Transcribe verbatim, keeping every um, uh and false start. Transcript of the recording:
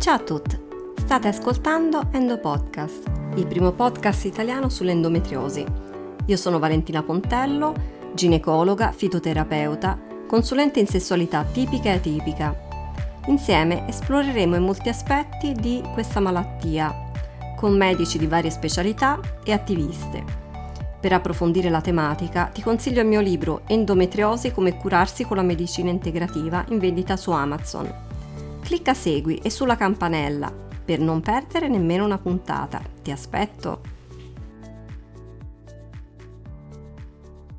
Ciao a tutti, state ascoltando Endo Podcast, il primo podcast italiano sull'endometriosi. Io sono Valentina Pontello, ginecologa, fitoterapeuta, consulente in sessualità tipica e atipica. Insieme esploreremo in molti aspetti di questa malattia, con medici di varie specialità e attiviste. Per approfondire la tematica ti consiglio il mio libro Endometriosi, come curarsi con la medicina integrativa, in vendita su Amazon. Clicca segui e sulla campanella per non perdere nemmeno una puntata. Ti aspetto!